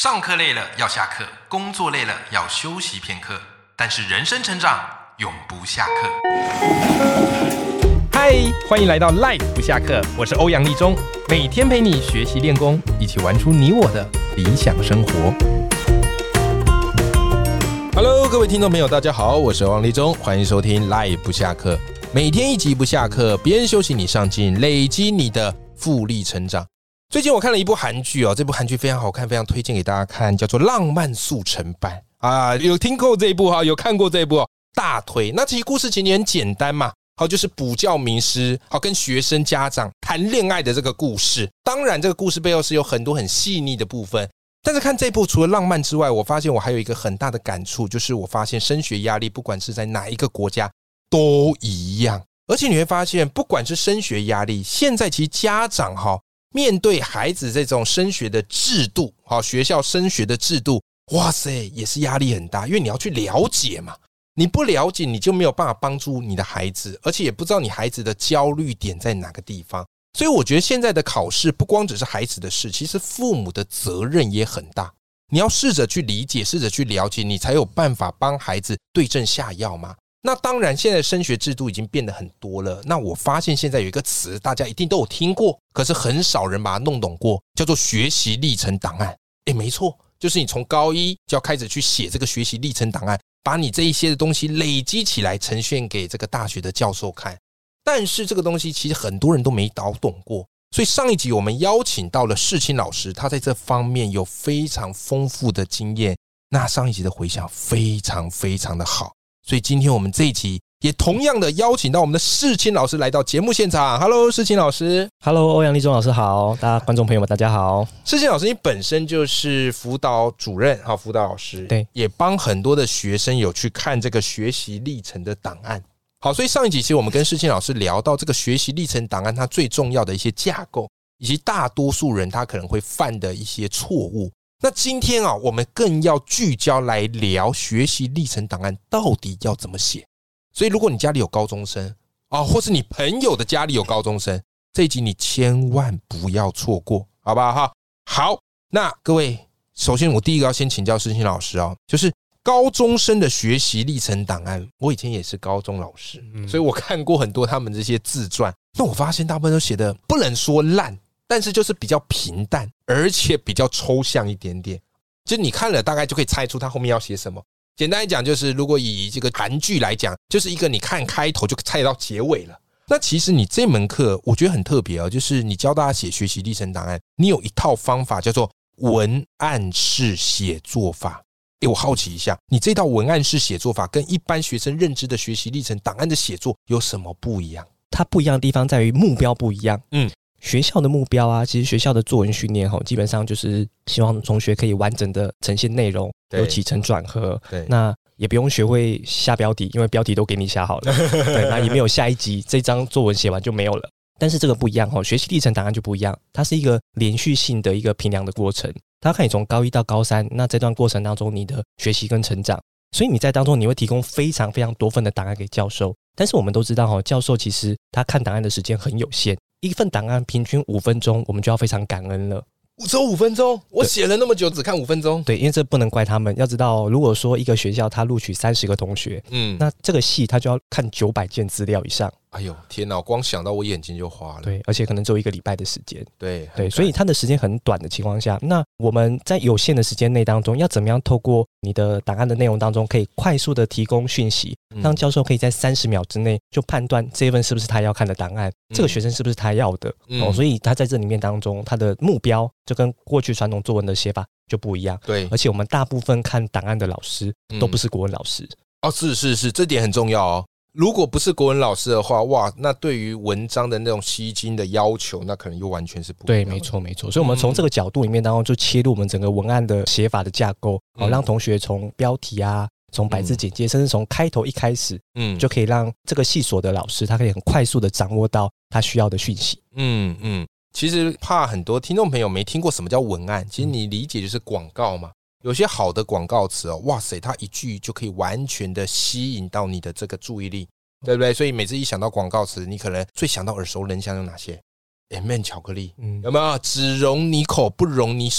上课累了要下课，工作累了要休息片刻，但是人生成长永不下课。嗨，欢迎来到 Life 不下课，我是欧阳立中，每天陪你学习练功，一起玩出你我的理想生活。Hello， 各位听众朋友，大家好，我是欧阳立中，欢迎收听 Life 不下课，每天一集不下课，别人休息你上进，累积你的复利成长。最近我看了一部韩剧哦，这部韩剧非常好看，非常推荐给大家看，叫做《浪漫速成班》啊，有听过这一部哈，有看过这一部哦，大推。那其实故事情节很简单嘛，好，就是补教名师好跟学生家长谈恋爱的这个故事。当然，这个故事背后是有很多很细腻的部分。但是看这部除了浪漫之外，我发现我还有一个很大的感触，就是我发现升学压力不管是在哪一个国家都一样，而且你会发现，不管是升学压力，现在其实家长面对孩子这种升学的制度，学校升学的制度，哇塞，也是压力很大，因为你要去了解嘛，你不了解你就没有办法帮助你的孩子，而且也不知道你孩子的焦虑点在哪个地方。所以我觉得现在的考试不光只是孩子的事，其实父母的责任也很大，你要试着去理解，试着去了解，你才有办法帮孩子对症下药嘛。那当然现在的升学制度已经变得很多了，那我发现现在有一个词大家一定都有听过，可是很少人把它弄懂过，叫做学习历程档案。没错，就是你从高一就要开始去写这个学习历程档案，把你这一些的东西累积起来呈现给这个大学的教授看。但是这个东西其实很多人都没搞懂过，所以上一集我们邀请到了世青老师，他在这方面有非常丰富的经验，那上一集的回响非常非常的好，所以今天我们这一集也同样的邀请到我们的世青老师来到节目现场。 Hello， 世青老师。 Hello， 欧阳立中老师好，大家观众朋友们大家好。 世青老师，你本身就是辅导主任，辅导老师， 对， 也帮很多的学生有去看这个学习历程的档案。好，所以上一集其实我们跟世青老师聊到这个学习历程档案它最重要的一些架构，以及大多数人他可能会犯的一些错误。那今天我们更要聚焦来聊学习历程档案到底要怎么写。所以如果你家里有高中生或是你朋友的家里有高中生，这一集你千万不要错过，好不好？好，那各位，首先我第一个要先请教世青老师就是高中生的学习历程档案。我以前也是高中老师，所以我看过很多他们这些自传，那我发现大部分都写的不能说烂，但是就是比较平淡，而且比较抽象一点点，就是你看了大概就可以猜出他后面要写什么。简单来讲，就是如果以这个韩剧来讲，就是一个你看开头就猜到结尾了。那其实你这门课我觉得很特别就是你教大家写学习历程档案，你有一套方法叫做文案式写作法。我好奇一下，你这套文案式写作法跟一般学生认知的学习历程档案的写作有什么不一样？ 它不一样的地方在于目标不一样。学校的目标其实学校的作文训练基本上就是希望同学可以完整的呈现内容，有起承转合。那也不用学会下标题，因为标题都给你下好了。对，那也没有下一集，这张作文写完就没有了。但是这个不一样学习历程档案就不一样，它是一个连续性的一个评量的过程。它看你从高一到高三，那这段过程当中你的学习跟成长，所以你在当中你会提供非常非常多份的档案给教授。但是我们都知道教授其实他看档案的时间很有限，一份档案平均5分钟，我们就要非常感恩了。 只有5分钟？我写了那么久只看5分钟？ 对，因为这不能怪他们。要知道如果说一个学校他录取30个同学，那这个系他就要看900件资料以上。哎呦天哪，光想到我眼睛就花了。对，而且可能只有1个礼拜的时间。对，所以他的时间很短的情况下，那我们在有限的时间内当中，要怎么样透过你的档案的内容当中，可以快速的提供讯息，让教授可以在30秒之内就判断这一份是不是他要看的档案，这个学生是不是他要的。所以他在这里面当中，他的目标就跟过去传统作文的写法就不一样。对，而且我们大部分看档案的老师都不是国文老师。 是，这点很重要如果不是国文老师的话，哇，那对于文章的那种吸睛的要求，那可能又完全是不一样的。 对，没错。所以我们从这个角度里面当中就切入我们整个文案的写法的架构，让同学从标题从百字简介，甚至从开头一开始，就可以让这个系所的老师他可以很快速的掌握到他需要的讯息。 其实怕很多听众朋友没听过什么叫文案，其实你理解就是广告嘛。有些好的广告词哇塞，它一句就可以完全的吸引到你的这个注意力，对不对？所以每次一想到广告词，你可能最想到耳熟能详有哪些？M&M 巧克力，有没有？只容你口不容你手，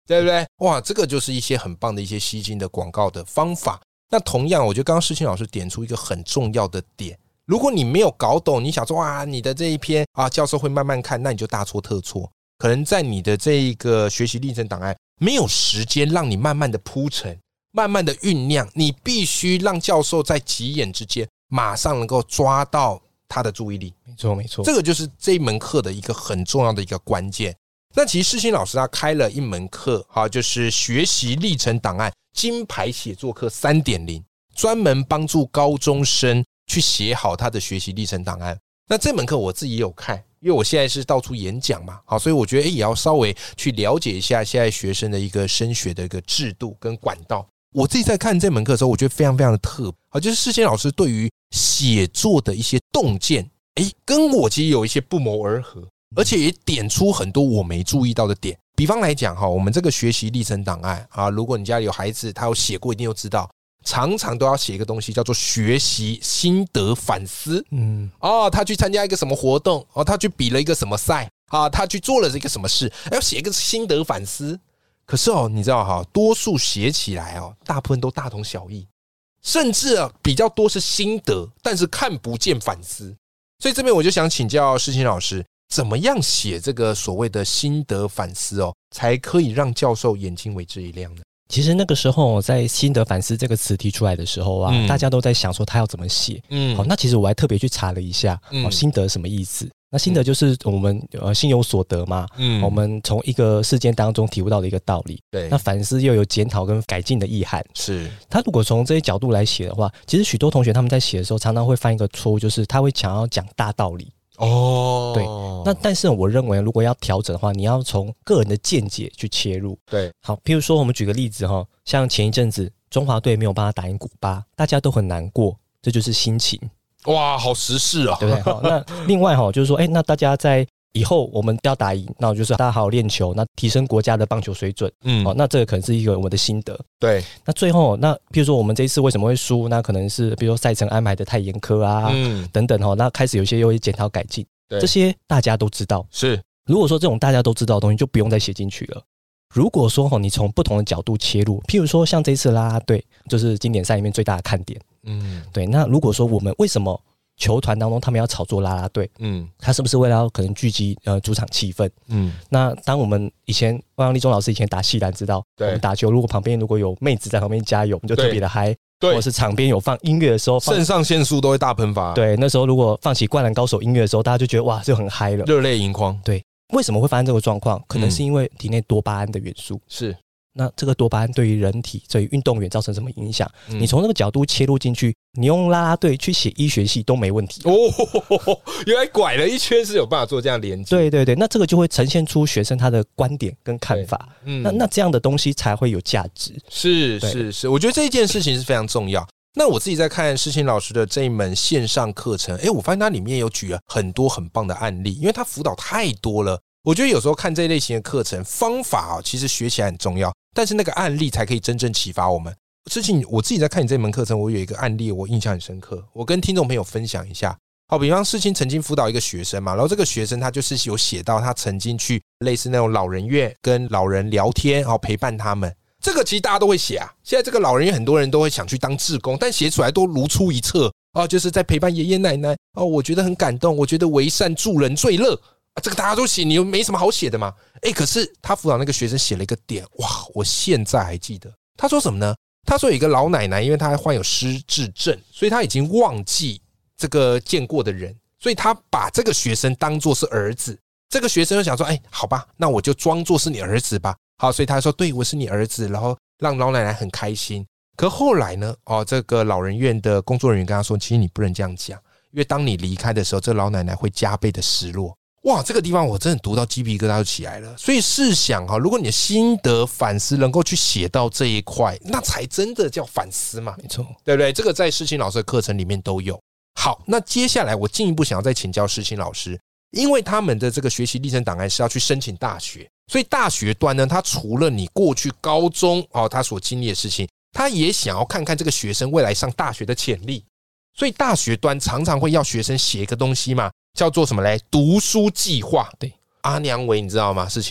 对不对？哇，这个就是一些很棒的一些吸睛的广告的方法。那同样，我觉得刚刚世清老师点出一个很重要的点，如果你没有搞懂，你想说哇，你的这一篇教授会慢慢看，那你就大错特错。可能在你的这一个学习历程档案没有时间让你慢慢的铺陈，慢慢的酝酿，你必须让教授在几眼之间马上能够抓到他的注意力。 没错没错， 这个就是这一门课的一个很重要的一个关键。那其实世清老师他开了一门课，就是学习历程档案金牌写作课 3.0， 专门帮助高中生去写好他的学习历程档案。那这门课我自己也有看，因为我现在是到处演讲嘛，所以我觉得也要稍微去了解一下现在学生的一个升学的一个制度跟管道。我自己在看这门课的时候，我觉得非常非常的特别，就是世清老师对于写作的一些洞见，跟我其实有一些不谋而合，而且也点出很多我没注意到的点。比方来讲，我们这个学习历程档案如果你家里有孩子，他有写过一定就知道，常常都要写一个东西叫做学习心得反思。他去参加一个什么活动，他去比了一个什么赛，他去做了一个什么事，要写一个心得反思。可是你知道多数写起来大部分都大同小异，甚至比较多是心得，但是看不见反思。所以这边我就想请教世清老师，怎么样写这个所谓的心得反思才可以让教授眼睛为之一亮呢？ 其实那个时候在心得反思这个词提出来的时候大家都在想说他要怎么写。那其实我还特别去查了一下心得什么意思。那心得就是我们心有所得嘛，我们从一个事件当中体悟到的一个道理。 对， 那反思又有检讨跟改进的意涵。是，他如果从这些角度来写的话，其实许多同学他们在写的时候常常会犯一个错误，就是他会想要讲大道理。对，那但是我认为如果要调整的话，你要从个人的见解去切入。对，好，譬如说我们举个例子像前一阵子中华队没有办法打赢古巴，大家都很难过，这就是心情。哇，好时事对不对？那另外就是说那大家在以后我们要打赢，那就是大家好好练球，那提升国家的棒球水准。那这个可能是一个我们的心得。对，那最后那比如说我们这一次为什么会输，那可能是比如说赛程安排的太严苛等等那开始有些又会检讨改进，这些大家都知道。是，如果说这种大家都知道的东西就不用再写进去了。如果说你从不同的角度切入，譬如说像这一次啦啦队就是经典赛里面最大的看点。对，那如果说我们为什么球团当中他们要炒作啦啦队，他是不是为了要可能聚集主场气氛？那当我们以前欧阳立中老师以前打系篮知道，我们打球如果旁边如果有妹子在旁边加油，我们就特别的嗨。或者是场边有放音乐的时候， 肾上腺素都会大喷发。 对，那时候如果放起灌篮高手音乐的时候，大家就觉得哇就很嗨了， 热泪盈眶。 对，为什么会发生这个状况？可能是因为体内多巴胺的元素。是，那这个多巴胺对于人体对于运动员造成什么影响？你从那个角度切入进去，你用啦啦队去写医学系都没问题。 原来拐了一圈是有办法做这样连接。 对对对，那这个就会呈现出学生他的观点跟看法。那这样的东西才会有价值。 是，我觉得这一件事情是非常重要。那我自己在看世清老师的这一门线上课程，我发现他里面有举了很多很棒的案例，因为他辅导太多了。我觉得有时候看这一类型的课程，方法其实学起来很重要，但是那个案例才可以真正启发我们。事情我自己在看你这门课程，我有一个案例我印象很深刻，我跟听众朋友分享一下。比方世清曾经辅导一个学生嘛，然后这个学生他就是有写到他曾经去类似那种老人院跟老人聊天，陪伴他们。这个其实大家都会写现在这个老人院很多人都会想去当志工，但写出来都如出一辙就是在陪伴爷爷奶奶我觉得很感动，我觉得为善助人最乐这个大家都写，你又没什么好写的嘛。可是他辅导那个学生写了一个点，哇，我现在还记得。他说什么呢？他说有一个老奶奶，因为她患有失智症，所以她已经忘记这个见过的人，所以他把这个学生当作是儿子。这个学生就想说好吧，那我就装作是你儿子吧。好，所以他说对，我是你儿子，然后让老奶奶很开心。可后来呢这个老人院的工作人员跟他说，其实你不能这样讲，因为当你离开的时候，这老奶奶会加倍的失落。哇，这个地方我真的读到鸡皮疙瘩就起来了。所以试想如果你的心得反思能够去写到这一块，那才真的叫反思嘛。 没错， 对不对？这个在世清老师的课程里面都有。好，那接下来我进一步想要再请教世清老师，因为他们的这个学习历程档案是要去申请大学，所以大学端呢，他除了你过去高中他所经历的事情，他也想要看看这个学生未来上大学的潜力。所以大学端常常会要学生写一个东西嘛，叫做什么嘞？读书计划。对，阿娘维你知道吗？事情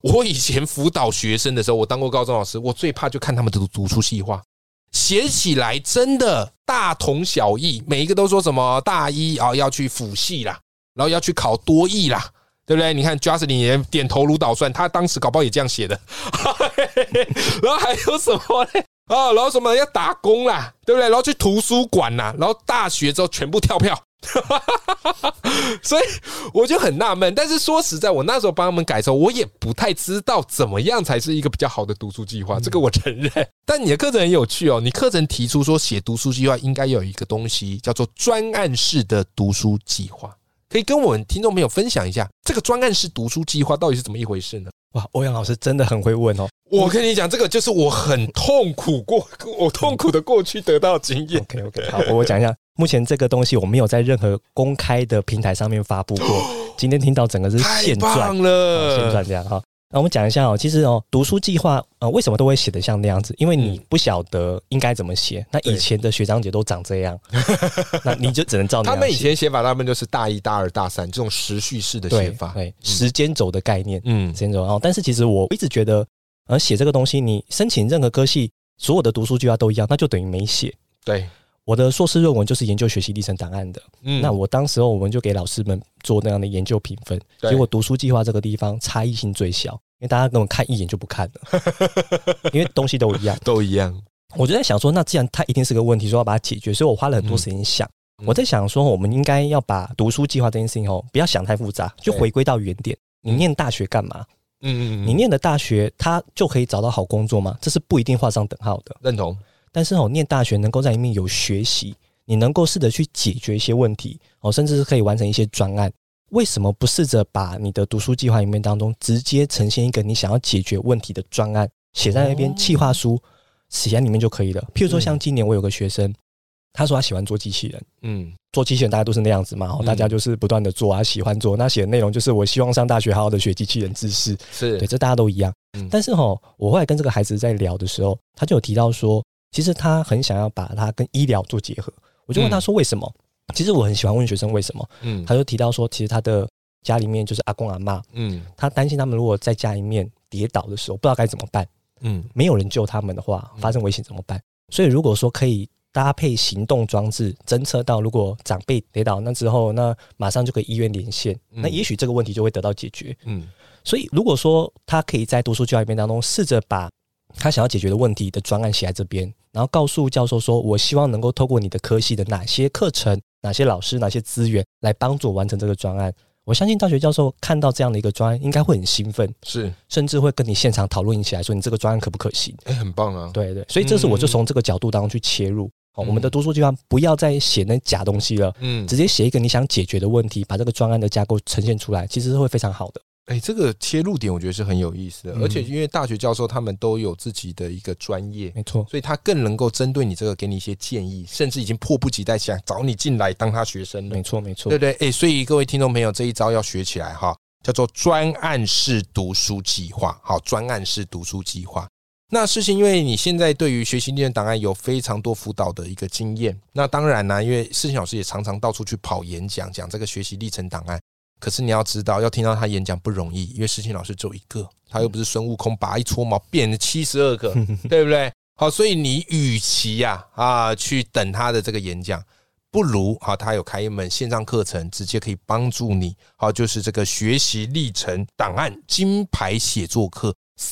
我以前辅导学生的时候，我当过高中老师，我最怕就看他们的读书计划，写起来真的大同小异，每一个都说什么大一要去辅系啦，然后要去考多益啦，对不对？你看 Justin 也点头如捣蒜，他当时搞不好也这样写的。然后还有什么呢？然后什么要打工啦，对不对？然后去图书馆啦，然后大学之后全部跳票。所以我就很纳闷，但是说实在，我那时候帮他们改的时候，我也不太知道怎么样才是一个比较好的读书计划，这个我承认。但你的课程很有趣哦，你课程提出说写读书计划应该有一个东西叫做专案式的读书计划，可以跟我们听众朋友分享一下这个专案式读书计划到底是怎么一回事呢？ 哇，欧阳老师真的很会问哦。 我跟你讲，这个就是我很痛苦的过去得到的经验。 OK， 好，我讲一下。目前这个东西我没有在任何公开的平台上面发布过，今天听到整个是现赚， 太棒了， 现赚这样哈。那我们讲一下其实读书计划为什么都会写得像那样子？因为你不晓得应该怎么写。那以前的学长姐都长这样，那你就只能照那样写。 他们以前写法，他们就是大一、大二、大三这种时序式的写法， 对，时间轴的概念，时间轴。但是其实我一直觉得，写这个东西，你申请任何科系，所有的读书计划都一样，那就等于没写。 对。 我的硕士论文就是研究学习历程档案的，那我当时候我们就给老师们做那样的研究评分，结果读书计划这个地方差异性最小，因为大家根本看一眼就不看了，因为东西都一样， 都一样。 我就在想说，那既然它一定是个问题，说要把它解决，所以我花了很多时间想。我在想说，我们应该要把读书计划这件事情不要想太复杂，就回归到原点。你念大学干嘛？你念的大学，它就可以找到好工作吗？这是不一定画上等号的。 认同。 但是念大学能够在里面有学习，你能够试着去解决一些问题甚至是可以完成一些专案，为什么不试着把你的读书计划里面当中直接呈现一个你想要解决问题的专案，写在那边企划书写在里面就可以了。譬如说像今年我有个学生，他说他喜欢做机器人，做机器人大家都是那样子嘛，大家就是不断的做喜欢做，那写的内容就是我希望上大学好好的学机器人知识， 是对， 这大家都一样。但是我后来跟这个孩子在聊的时候，他就有提到说，其实他很想要把它跟医疗做结合。我就问他说为什么？其实我很喜欢问学生为什么。他就提到说，其实他的家里面就是阿公阿嬷，他担心他们如果在家里面跌倒的时候不知道该怎么办，没有人救他们的话，发生危险怎么办？所以如果说可以搭配行动装置侦测到如果长辈跌倒那之后，那马上就可以医院连线，那也许这个问题就会得到解决。所以如果说他可以在读书计划里面当中试着把他想要解决的问题的专案写在这边，然后告诉教授说，我希望能够透过你的科系的哪些课程、哪些老师、哪些资源来帮助我完成这个专案。我相信大学教授看到这样的一个专案应该会很兴奋， 是，甚至会跟你现场讨论起来，说你这个专案可不可行。 很棒啊。 对对，所以这是我就从这个角度当中去切入。我们的读书计划不要再写那假东西了，直接写一个你想解决的问题，把这个专案的架构呈现出来，其实是会非常好的。 这个切入点我觉得是很有意思的，而且因为大学教授他们都有自己的一个专业， 没错， 所以他更能够针对你这个给你一些建议，甚至已经迫不及待想找你进来当他学生了。 没错没错， 对对，所以各位听众朋友，这一招要学起来哈，叫做专案式读书计划。好，专案式读书计划。那事情因为你现在对于学习历程档案有非常多辅导的一个经验，那当然因为世新老师也常常到处去跑演讲，讲这个学习历程档案。可是你要知道，要听到他演讲不容易，因为世新老师只有一个，他又不是孙悟空，拔一撮毛变了72个，对不对？好，所以你与其去等他的这个演讲，不如他有开一门线上课程，直接可以帮助你，就是这个学习历程档案金牌写作课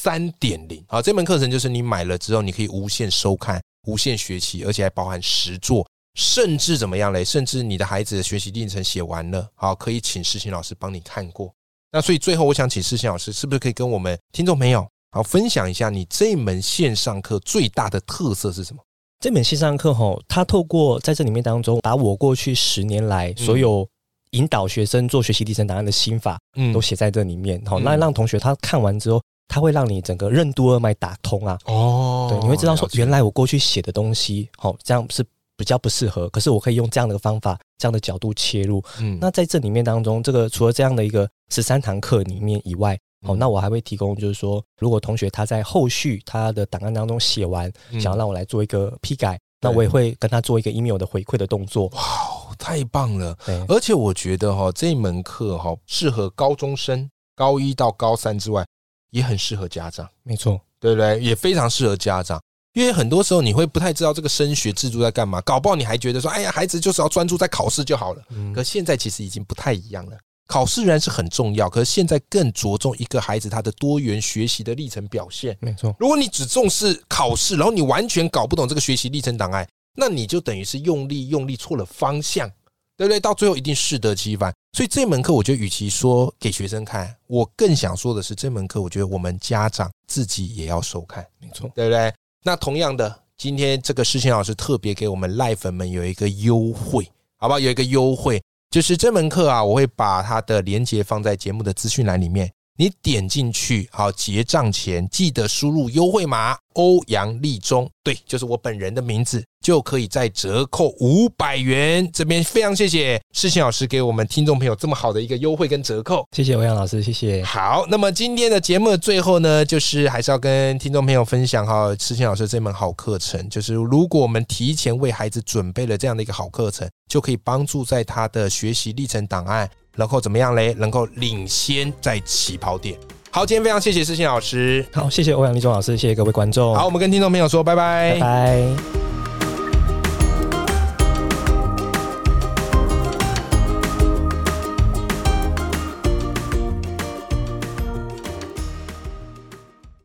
3.0。 好，这门课程就是你买了之后，你可以无限收看、无限学习，而且还包含实作。甚至怎么样嘞？甚至你的孩子的学习历程写完了，好，可以请世新老师帮你看过。那所以最后我想请世新老师，是不是可以跟我们听众朋友好分享一下你这门线上课最大的特色是什么？ 这门线上课它透过在这里面当中，把我过去10年来所有引导学生做学习历程档案的心法都写在这里面，那让同学他看完之后，它会让你整个任督二脉打通对，你会知道说原来我过去写的东西这样是比较不适合，可是我可以用这样的方法、这样的角度切入。那在这里面当中，这个除了这样的一个13堂课里面以外，那我还会提供，就是说，如果同学他在后续他的档案当中写完，想要让我来做一个批改，那我也会跟他做一个 email 的回馈的动作。 哇，太棒了！而且我觉得这一门课适合高中生，高1到高3之外， 也很适合家长， 没错， 对不对？也非常适合家长，因为很多时候你会不太知道这个升学制度在干嘛，搞不好你还觉得说，哎呀，孩子就是要专注在考试就好了。可现在其实已经不太一样了，考试仍然是很重要，可是现在更着重一个孩子他的多元学习的历程表现。 没错， 如果你只重视考试，然后你完全搞不懂这个学习历程档案，那你就等于是用力错了方向，对不对？到最后一定适得其反。所以这门课我觉得与其说给学生看，我更想说的是这门课我觉得我们家长自己也要收看， 没错， 对不对？那同样的，今天这个世贤老师特别给我们赖粉们有一个优惠，好不好？有一个优惠，就是这门课啊，我会把它的连结放在节目的资讯栏里面，你点进去，好，结账前记得输入优惠码欧阳立中，对，就是我本人的名字，就可以再折扣500元。这边非常谢谢世贤老师给我们听众朋友这么好的一个优惠跟折扣， 谢谢欧阳老师，谢谢。 好，那么今天的节目的最后呢，就是还是要跟听众朋友分享哈，世贤老师这门好课程，就是如果我们提前为孩子准备了这样的一个好课程，就可以帮助在他的学习历程档案能够怎么样嘞？能够领先在起跑点。好，今天非常谢谢世贤老师。 好，谢谢欧阳立中老师，谢谢各位观众。 好，我们跟听众朋友说拜拜， 拜拜。